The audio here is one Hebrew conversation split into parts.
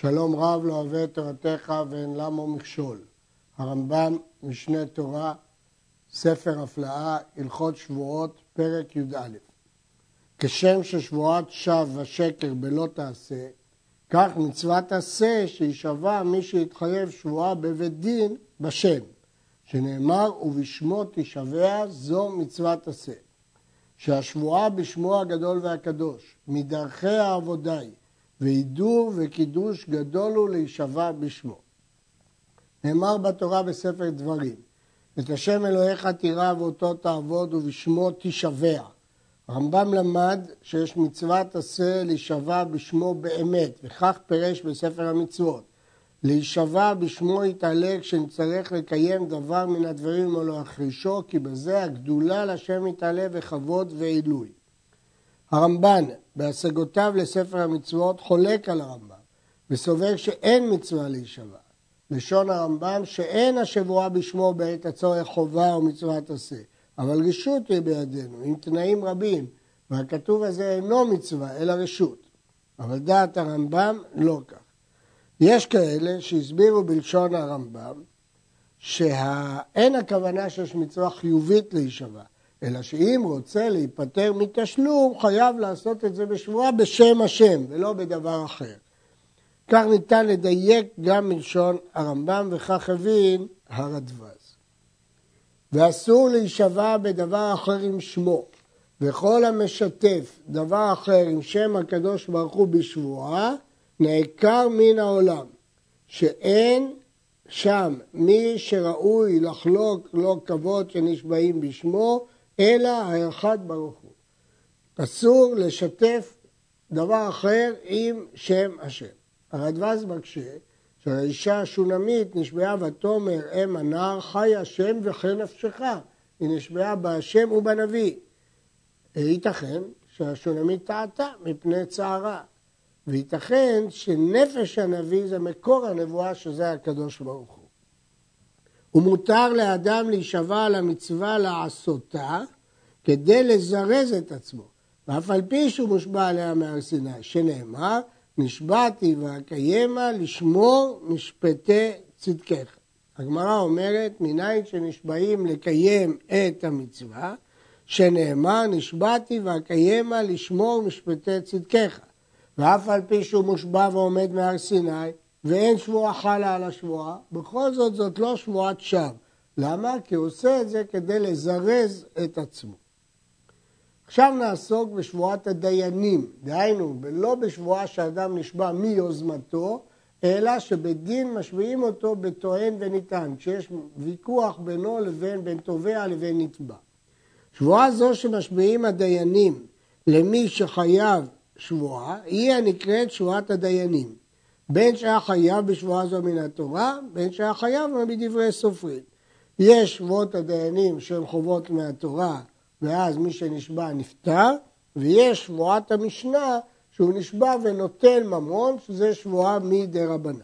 שלום רב לא אוהב את תורתך ואין למו מכשול. הרמב"ם, משנה תורה, ספר הפלאה, הלכות שבועות, פרק י"א. כשם ששבועת שווא ושקר בלא תעשה, כך מצוות עשה שישבע מי שיתחייב שבועה בבית דין בשם, שנאמר ובשמו תשבע, זו מצוות עשה. שהשבועה בשמו הגדול והקדוש, מדרכי העבודי, והידור וקידוש גדול הוא להישבע בשמו. נאמר בתורה בספר דברים, את השם אלוהיך תירא ואותו תעבוד ובשמו תשבע. הרמב"ם למד שיש מצוות עשה להישבע בשמו באמת, וכך פירש בספר המצוות. להישבע בשמו יתעלה כשנצטרך לקיים דבר מן הדברים או להחרישו, כי בזה הגדולה לשם יתעלה וכבוד ועילוי. הרמב"ן בהשגותיו לספר המצוות חולק על הרמב"ם וסובר שאין מצווה להישבע. לשון הרמב"ם שאין השבועה בשמו בעת הצורך חובה או מצוות עשה, אבל רשות היא בידינו עם תנאים רבים, והכתוב הזה אינו מצווה אלא רשות. אבל דעת הרמב"ם לא כך. יש כאלה שהסבירו בלשון הרמב"ם שאין הכוונה שיש מצווה חיובית להישבע, אלא שאם רוצה להיפטר מתשלום, חייב לעשות את זה בשבועה בשם השם, ולא בדבר אחר. כך ניתן לדייק גם מלשון הרמב"ם, וכך הבין הרדב"ז. ואסור להישבע בדבר אחר עם שמו, וכל המשתף דבר אחר עם שם הקדוש ברוך הוא בשבועה, נעקר מן העולם, שאין שם מי שראוי לחלוק לו כבוד שנשבעים בשמו, אלא האחד ברוך הוא. אסור לשתף דבר אחר עם שם השם. הרדב"ז מקשה שהאישה השונמית נשבעה ותאמר אם הנער חי השם וכן נפשך. היא נשבעה בהשם ובנביא. ייתכן שהשונמית טעתה מפני צערה. וייתכן שנפש הנביא זה מקור הנבואה שזה הקדוש ברוך הוא. ומותר לאדם להישבע על המצווה לעשותה כדי לזרז את עצמו, ואף על פי שהוא מושבע עליה מהר סיני, שנאמר, נשבעתי ואקיימה לשמור משפטי צדקך. הגמרא אומרת, מניין שנשבעים לקיים את המצווה, שנאמר, נשבעתי ואקיימה לשמור משפטי צדקך. ואף על פי שהוא מושבע ועומד מהר סיני, ואין שבועה חלה על השבועה, בכל זאת זאת לא שבועת שווא. למה? כי הוא עושה את זה כדי לזרז את עצמו. עכשיו נעסוק בשבועת הדיינים, דהיינו, ולא בשבועה שאדם נשבע מיוזמתו, אלא שבדין משביעים אותו בטוען וניתן, כשיש ויכוח בינו לבין בין תובע לבין נתבע. שבועה זו שמשביעים הדיינים למי שחייב שבועה, היא הנקראת שבועת הדיינים. בין שהיה חייב בשבועה זו מן התורה, בין שהיה חייב מדברי סופרים. יש שבועות הדיינים שהן חובות מהתורה, ואז מי שנשבע נפטר, ויש שבועת המשנה שהוא נשבע ונוטל ממון, שזה שבועה מדי רבנן.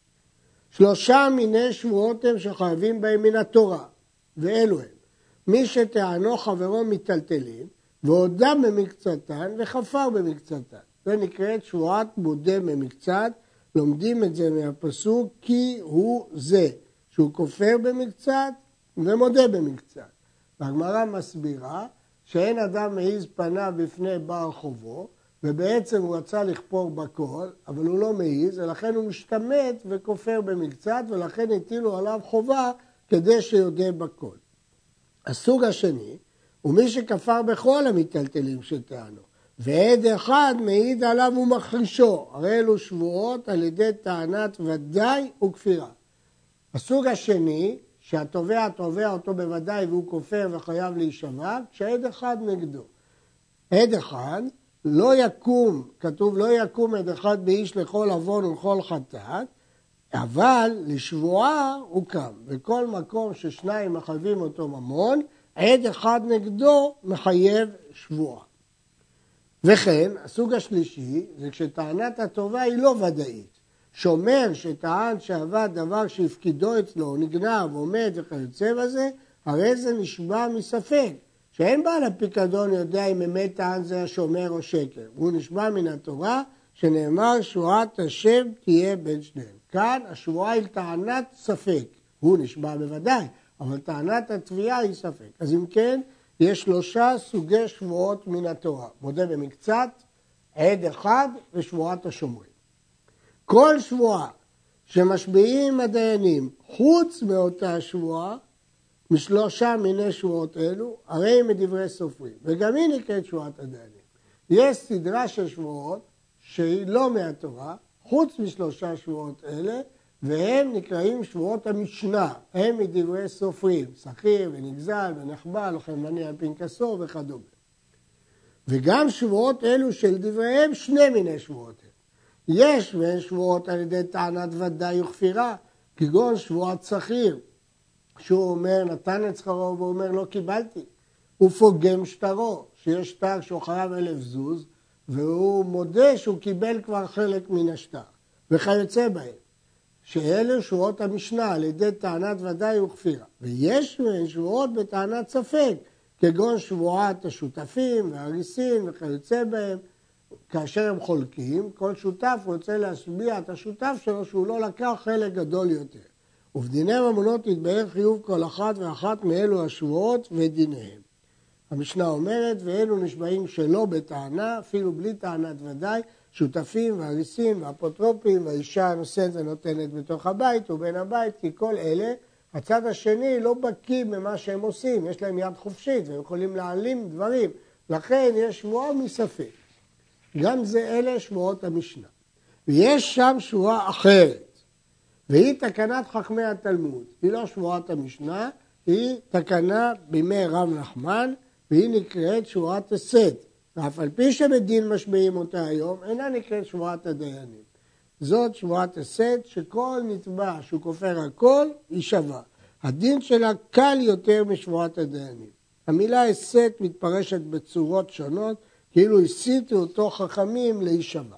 3 מיני שבועות הם שחייבים בהם מן התורה, ואלו הם. מי שטענו חברו מטלטלים, והודה במקצתן וחפר במקצתן. זה נקראת שבועת מודה במקצת, לומדים את זה מהפסוק כי הוא זה, שהוא כופר במקצת ומודה במקצת. והגמרא מסבירה שאין אדם מעיז פניו בפני בעל חובו, ובעצם הוא רצה לכפור בכל, אבל הוא לא מעיז, ולכן הוא משתמט וכופר במקצת, ולכן הטילו עליו חובה כדי שיודה בכל. הסוג השני, ומי שכפר בכל המטלטלים שטענו, ועד אחד מעיד עליו ומחרישו, הרי אלו שבועות על ידי טענת ודאי וכפירה. הסוג השני, שהתובע תובע אותו בוודאי והוא כופר וחייב להישבע, כשעד אחד נגדו. עד אחד לא יקום, כתוב לא יקום עד אחד באיש לכל עוון ולכל חטאת, אבל לשבועה הוא קם. בכל מקום ששניים מחייבים אותו ממון, עד אחד נגדו מחייב שבועה. וכן, הסוג השלישי זה כשטענת התובע היא לא ודאית. שומר שטען שעבד דבר שהפקידו אצלו, נגנב, עומד וכיוצא בזה, הרי זה נשבע מספק. שאין בעל הפיקדון יודע אם אמת טען זה השומר או שקר. הוא נשבע מן התורה שנאמר שבועת השם תהיה בין שניהם. כאן השבועה היא טענת ספק, הוא נשבע בוודאי, אבל טענת התביעה היא ספק. אז אם כן, יש 3 סוגי שבועות מן התורה, מודה במקצת, עד אחד ושבועת השומרים. כל שבועה שמשביעים הדיינים חוץ מאותה שבועה, מ3 מיני שבועות אלו, הרי הם מדברי סופרים, וגם היא נקראת שבועת הדיינים. יש סדרה של שבועות שהיא לא מהתורה, חוץ מ3 שבועות אלה, והם נקראים שבועות המשנה, הם מדברי סופרים, שכיר ונגזל ונחבל, חנווני על פנקסו וכדומה. וגם שבועות אלו של דבריהם 2 מיני שבועות אלו. יש בהן שבועות על ידי טענת ודאי וכפירה, כגון שבועת שכיר, שהוא אומר נתן את שכרו והוא אומר לא קיבלתי. הוא פוגם שטרו, שיש שטר שהוא חייב 1,000 זוז, והוא מודה שהוא קיבל כבר חלק מן השטר, וכיוצא בהם. שאלו שבועות המשנה על ידי טענת ודאי וכפירה. ויש מהן שבועות בטענת ספק, כגון שבועת השותפים והריסין וכיוצא בהם. כאשר הם חולקים, כל שותף רוצה להשביע את השותף שלו שהוא לא לקח חלק גדול יותר. ובדיני ממונות יתבהר חיוב כל אחת ואחת מאלו השבועות ודיניהם. המשנה אומרת, ואלו נשבעים שלא בטענה, אפילו בלי טענת ודאי, שותפים והריסים והאפוטרופים והאישה הנושאת ונותנת בתוך הבית ובין הבית, כי כל אלה, הצד השני לא בקיא במה שהם עושים, יש להם יד חופשית והם יכולים להעלים דברים, לכן יש שבועה מספק. גם זה אלה שבועות המשנה. ויש שם שבועה אחרת, והיא תקנת חכמי התלמוד, היא לא שבועת המשנה, היא תקנה בימי רב נחמן, והיא נקראת שבועת הסד. ואף על פי שבדין משביעים אותה היום, אינה נקראת שבועת הדיינים. זאת שבועת הסד שכל נתבע שהוא כופר הכל, היא שווה. הדין שלה קל יותר משבועת הדיינים. המילה הסד מתפרשת בצורות שונות, כאילו הסיתו אותו חכמים להישבע.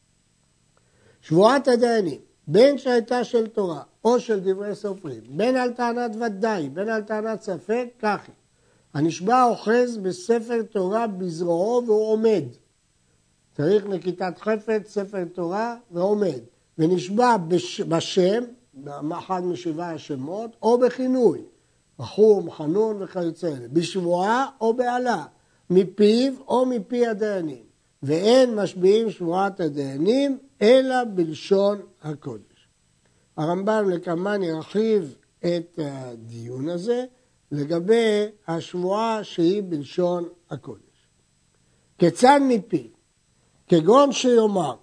שבועת הדיינים, בין שהייתה של תורה או של דברי סופרים, בין על טענת ודאי, בין על טענת ספק, כך היא. הנשבע אוחז בספר תורה בזרועו והוא עומד. צריך נקיטת חפץ, ספר תורה ועומד. ונשבע בשם, באחד משבעה השמות, או בכינוי, רחום, חנון וכיוצא אלה. בשבועה או בעלה, מפיו או מפי הדיינים. ואין משביעים שבועת הדיינים, אלא בלשון הקודש. הרמב"ם לקמן ירחיב את הדיון הזה, לגבי השבועה שהיא בלשון הקודש. כיצד מפי? כגון שיאמר,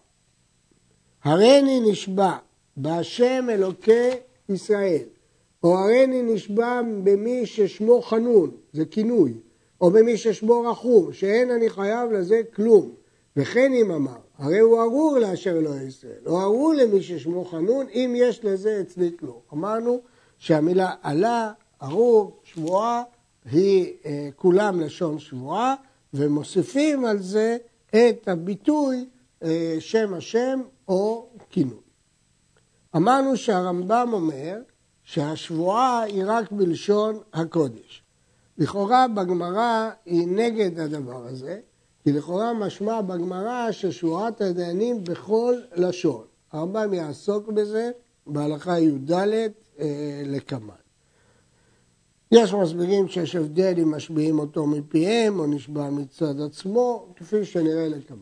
הריני נשבע בהשם אלוקי ישראל, או הריני נשבע במי ששמו חנון, זה כינוי, או במי ששמו רחום, שאין אני חייב לזה כלום. וכן אם אמר, הרי הוא ארור להשם אלוהי ישראל, או ארור למי ששמו חנון, אם יש לזה אצלי כלום. אמרנו שהמילה עלה, ארור, שבועה, היא כולם לשון שבועה, ומוסיפים על זה את הביטוי שם השם או כינוי. אמרנו שהרמב"ם אומר שהשבועה היא רק בלשון הקודש. לכאורה בגמרא היא נגד הדבר הזה, כי לכאורה משמע בגמרא ששבועת הדיינים בכל לשון. הרמב"ם יעסוק בזה בהלכה י"ד לקמן. יש מסבירים שיש הבדל אם משביעים אותו מפיהם או נשבע מצד עצמו, כפי שנראה לקמן.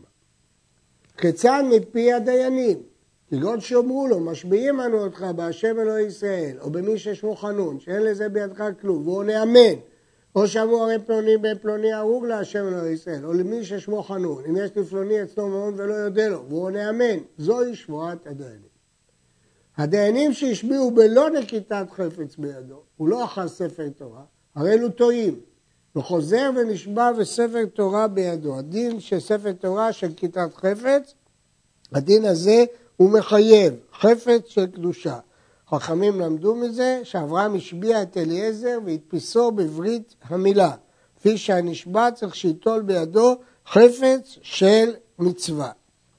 כיצד מפי הדיינים? כגון שאומרו לו, משביעים אנו אותך בהשם אלוהי ישראל, או במי ששמו חנון, שאין לזה בידך כלום, והוא עונה אמן. או שאמרו הרי פלוני בן פלוני ארוג להשם אלוהי ישראל, או למי ששמו חנון, אם יש לפלוני אצלו מאוד ולא יודע לו, והוא עונה אמן. זוהי שבועת הדיינים. הדיינים שהשביעו בלא נקיטת חפץ בידו, הוא לא אחז ספר תורה, הרי אלו טועים. וחוזר ונשבע וספר תורה בידו. הדין של ספר תורה של נקיטת חפץ, הדין הזה הוא מחייב, חפץ של קדושה. חכמים למדו מזה שאברהם השביע את אליעזר והדפיסו בברית המילה. כפי שהנשבע צריך שיטול בידו חפץ של מצווה.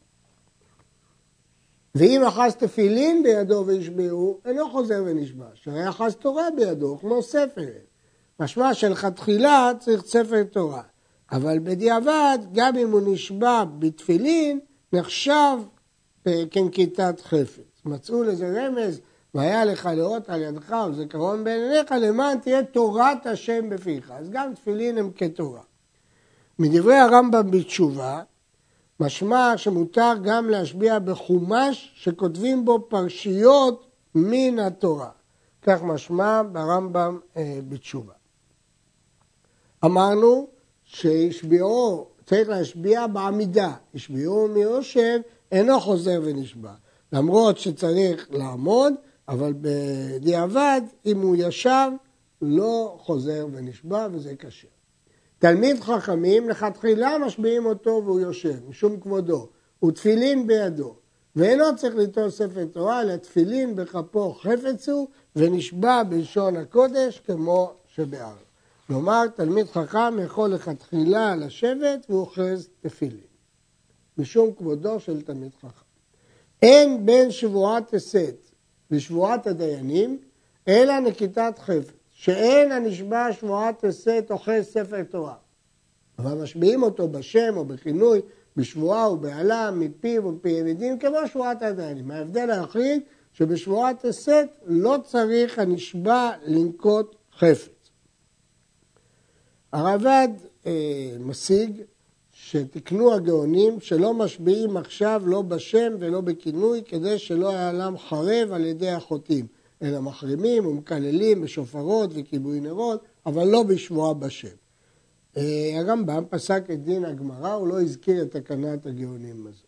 ואם אחז תפילין בידו והשביעו, אינו חוזר ונשבע. שהרי אחז תורה בידו, כמו ספר. משמע שלכתחילה צריך ספר תורה. אבל בדיעבד, גם אם הוא נשבע בתפילין, נחשב כנקיטת חפץ. מצאו לזה רמז, והיה לך לראות על ידך וזיכרון בעיניך, למען תהיה תורת השם בפיך. אז גם תפילין הם כתורה. מדברי הרמב"ם בתשובה, משמע שמותר גם להשביע בחומש שכותבים בו פרשיות מן התורה. כך משמע ברמב"ם בתשובה. אמרנו שישביעו, צריך להשביע בעמידה, ישביעו מיושב, אינו חוזר ונשבע. למרות שצריך לעמוד, אבל בדיעבד, אם הוא ישב, לא חוזר ונשבע, וזה קשה. תלמיד חכמים, לכתחילה משביעים אותו והוא יושב, משום כבודו, ותפילין בידו, ואינו צריך ליטול ספר תורה, אלא תפילין בכפו חפץ הוא, ונשבע בלשון הקודש כמו שבאר. כלומר, תלמיד חכם יכול לכתחילה לשבת והוא אוחז תפילין, משום כבודו של תלמיד חכם. אין בין שבועת הסת ושבועת הדיינים, אלא נקיטת חפץ, שאין הנשבע שבועת הסת אוחז ספר תורה. אבל משביעים אותו בשם או בכינוי, בשבועה ובעלה, מפיו ומפי ימידים, כמו שבועת הדיינים. ההבדל היחיד שבשבועת הסת לא צריך הנשבע לנקוט חפץ. הרב"ד משיג שתקנו הגאונים שלא משביעים עכשיו לא בשם ולא בכינוי, כדי שלא יעלם חרב על ידי החוטאים, אלא מחרימים ומקללים בשופרות וכיבוי נרות, אבל לא בשבועה בשם. הרמב"ם פסק את דין הגמרא, הוא לא הזכיר את תקנת הגאונים הזו.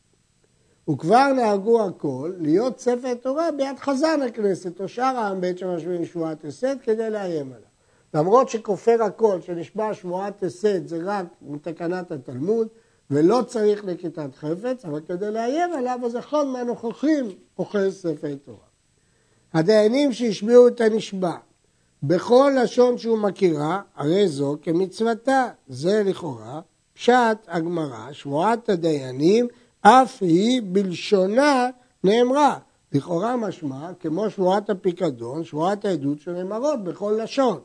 וכבר נהגו הכל להיות ספר תורה ביד חזן הכנסת, או שאר העם בעת שמשביעים שבועת הסת, כדי לאיים עליו. למרות שכופר הכל, שנשבע שבועת הסת, זה רק מתקנת התלמוד, ולא צריך נקיטת חפץ, אבל כדי לאיים עליו, אז אחד מהנוכחים אוחז ספר תורה. הדיינים שהשביעו את הנשבע, בכל לשון שהוא מכירה, הרי זו כמצוותה, זה לכאורה, פשט הגמרא, שבועת הדיינים, אף היא בלשונה נאמרה. לכאורה משמע, כמו שבועת הפיקדון, שבועת העדות שנאמרות בכל לשון.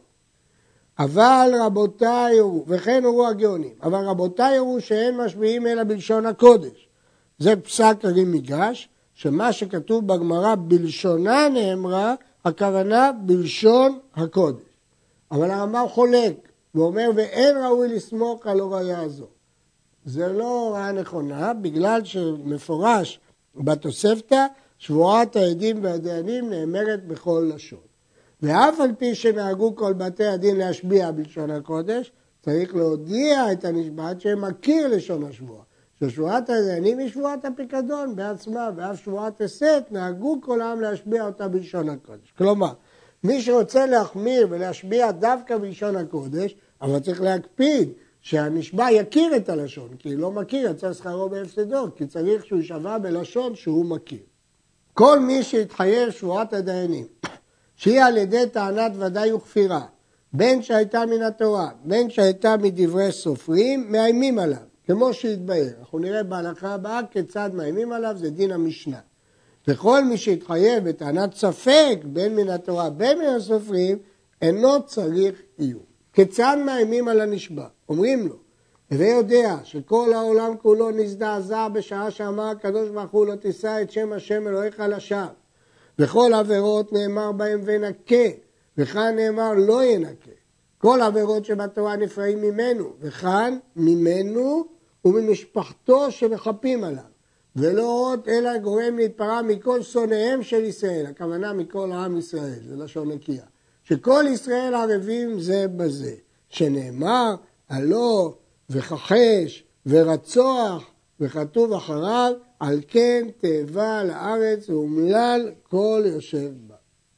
אבל רבותיי הראו, וכן הראו הגאונים, אבל רבותיי הראו שאין משביעים אלא בלשון הקודש. זה פסק הרימיגש, שמה שכתוב בגמרא בלשונה נאמרה, הכוונה בלשון הקודש. אבל הרמב"ם חולק, ואומר ואין ראוי לסמוך על הוראה הזו. זה לא הוראה נכונה, בגלל שמפורש בתוספתא, שבועת העדים והדיינים נאמרת בכל לשון. ואף על פי שנהגו כל בתי הדין להשביע בלשון הקודש, צריך להודיע את הנשבעת שמכיר לשון השבועה. ששבועת הדיינים היא שבועת הפיקדון בעצמה, ואף שבועת הסת נהגו כל העם להשביע אותה בלשון הקודש. כלומר, מי שרוצה להחמיר ולהשביע דווקא בלשון הקודש, אבל צריך להקפיד שהנשבע יכיר את הלשון, כי לא מכיר, יצא שכרו בהפסדו, כי צריך שהוא ישבע בלשון שהוא מכיר. כל מי שהתחייב שבועת הדיינים, שהיא על ידי טענת ודאי וכפירה, בין שהייתה מן התורה, בין שהייתה מדברי סופרים, מאיימים עליו, כמו שהתבהר. אנחנו נראה בהלכה הבאה כיצד מאיימים עליו, זה דין המשנה. וכל מי שהתחייב בטענת ספק, בין מן התורה, בין מן הסופרים, אינו צריך איום. כיצד מאיימים על הנשבע? אומרים לו, הווה יודע שכל העולם כולו נזדעזע בשעה שאמר הקדוש ברוך הוא לא תישא את שם השם אלוהיך לשווא. וכל עבירות נאמר בהם ונקה, וכאן נאמר לא ינקה. כל עבירות שבתורה נפרעים ממנו, וכאן ממנו וממשפחתו שמחפים עליו. ולא עוד אלא גורם להתפרע מכל שונאיהם של ישראל, הכוונה מכל העם ישראל, זה לשון נקייה. שכל ישראל ערבים זה בזה, שנאמר הלא וכחש ורצוח וכתוב אחריו, על כן תאבה לארץ ואומלל כל יושב בה.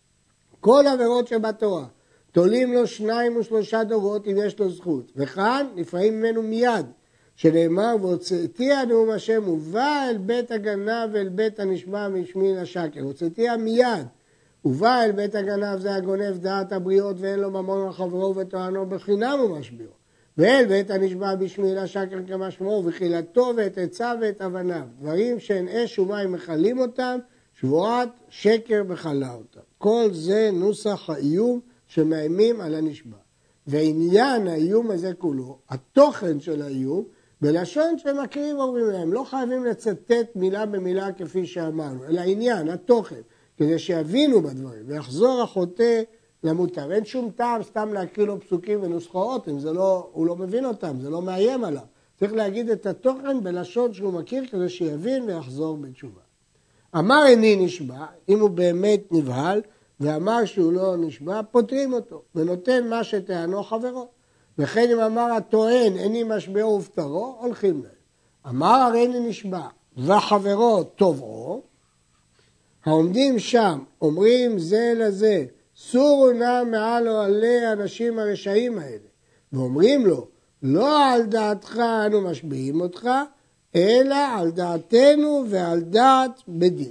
כל עבירות שבתורה, תולים לו 2 ו3 דורות אם יש לו זכות, וכאן נפרעים ממנו מיד, שנאמר והוצאתי הנאום השם ובא אל בית הגנב ואל בית הנשבע משמי לשקר. הוצאתי מיד, ובא אל בית הגנב זה הגונב דעת הבריות ואין לו ממון לחברו וטוענו בחינם ומשביעו. ואל בית הנשבע בשמי לשקר כמשמעו וחילתו ואת עצה ואת אבניו. דברים שאין אש ומים מחלים אותם, שבועת שקר מחלה אותם. כל זה נוסח האיום שמאיימים על הנשבע. ועניין האיום הזה כולו, התוכן של האיום, בלשון שהם מכירים אומרים להם, לא חייבים לצטט מילה במילה כפי שאמרנו, אלא עניין, התוכן, כדי שיבינו בדברים, ויחזור החוטא למוטב. אין שום טעם סתם להקריא לו פסוקים ונוסחאות, אם הוא לא מבין אותם, זה לא מאיים עליו. צריך להגיד את התוכן בלשון שהוא מכיר כדי שיבין ויחזור בתשובה. אמר איני נשבע, אם הוא באמת נבהל, ואמר שהוא לא נשבע, פותרים אותו, ונותן מה שטענו חברו. וכן אם אמר הטוען, איני משבעו ופטרו, הולכים להם. אמר הרי איני נשבע, וחברו תובעו, העומדים שם, אומרים זה לזה, סורו נא מעל אוהלי האנשים הרשעים האלה, ואומרים לו, לא על דעתך אנו משביעים אותך, אלא על דעתנו ועל דעת בדין.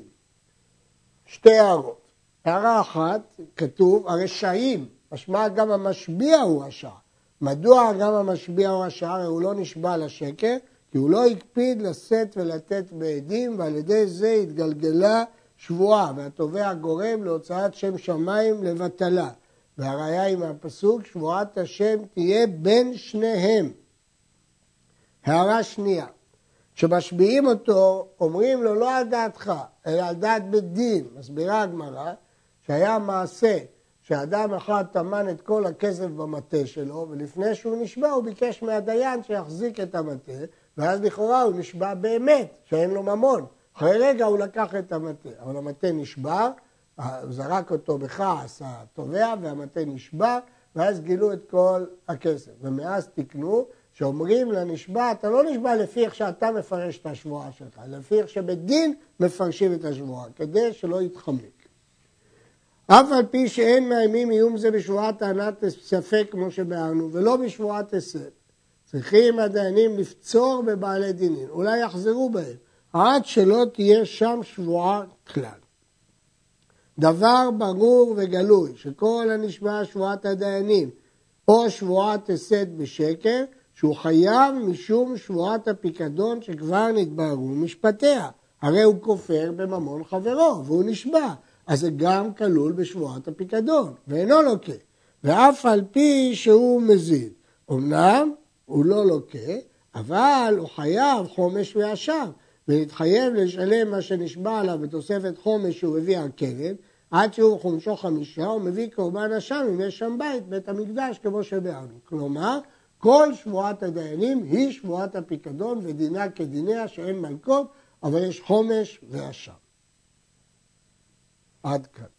שתי הערות. הערה אחת, כתוב, הרשעים, משמע גם המשביע הוא רשע. מדוע גם המשביע הוא רשע? הרי הוא לא נשבע לשקר, כי הוא לא הקפיד לשאת ולתת בעדים, ועל ידי זה התגלגלה שבועה, והתובע גורם להוצאת שם שמיים לבטלה. והראיה היא מהפסוק, שבועת השם תהיה בין שניהם. הערה שנייה, כשמשביעים אותו, אומרים לו לא על דעתך, אלא על דעת בית דין. מסבירה הגמרא, שהיה מעשה שאדם אחד טמן את כל הכסף במטה שלו, ולפני שהוא נשבע הוא ביקש מהדיין שיחזיק את המטה, ואז לכאורה הוא נשבע באמת, שאין לו ממון. אחרי רגע הוא לקח את המטה, אבל המטה נשבר, הוא זרק אותו בכעס התובע, והמטה נשבר, ואז גילו את כל הכסף. ומאז תקנו, שאומרים לנשבע, אתה לא נשבע לפי איך שאתה מפרש את השבועה שלך, לפי איך שבדין מפרשים את השבועה, כדי שלא יתחמק. אף על פי שאין מאיימים איום זה בשבועת טענת ספק כמו שבארנו, ולא בשבועת הסד. צריכים הדיינים לפצור בבעלי דינין, אולי יחזרו בהם, עד שלא תהיה שם שבועה כלל. דבר ברור וגלוי, שכל הנשבע שבועת הדיינים, או שבועת הסד בשקר, שהוא חייב משום שבועת הפיקדון שכבר נתבררו משפטיה. הרי הוא כופר בממון חברו, והוא נשבע. אז זה גם כלול בשבועת הפיקדון, ואינו לוקה. ואף על פי שהוא מזיד. אמנם הוא לא לוקה, אבל הוא חייב חומש וישר, ולהתחייב לשלם מה שנשבע עליו בתוספת חומש שהוא מביא על קרן, עד שהוא חומשו 5, הוא מביא קורבן אשם אם יש שם בית המקדש כמו שבארנו. כלומר, כל שבועת הדיינים היא שבועת הפיקדון ודינה כדיניה שאין מלכות, אבל יש חומש ואשם. עד כאן.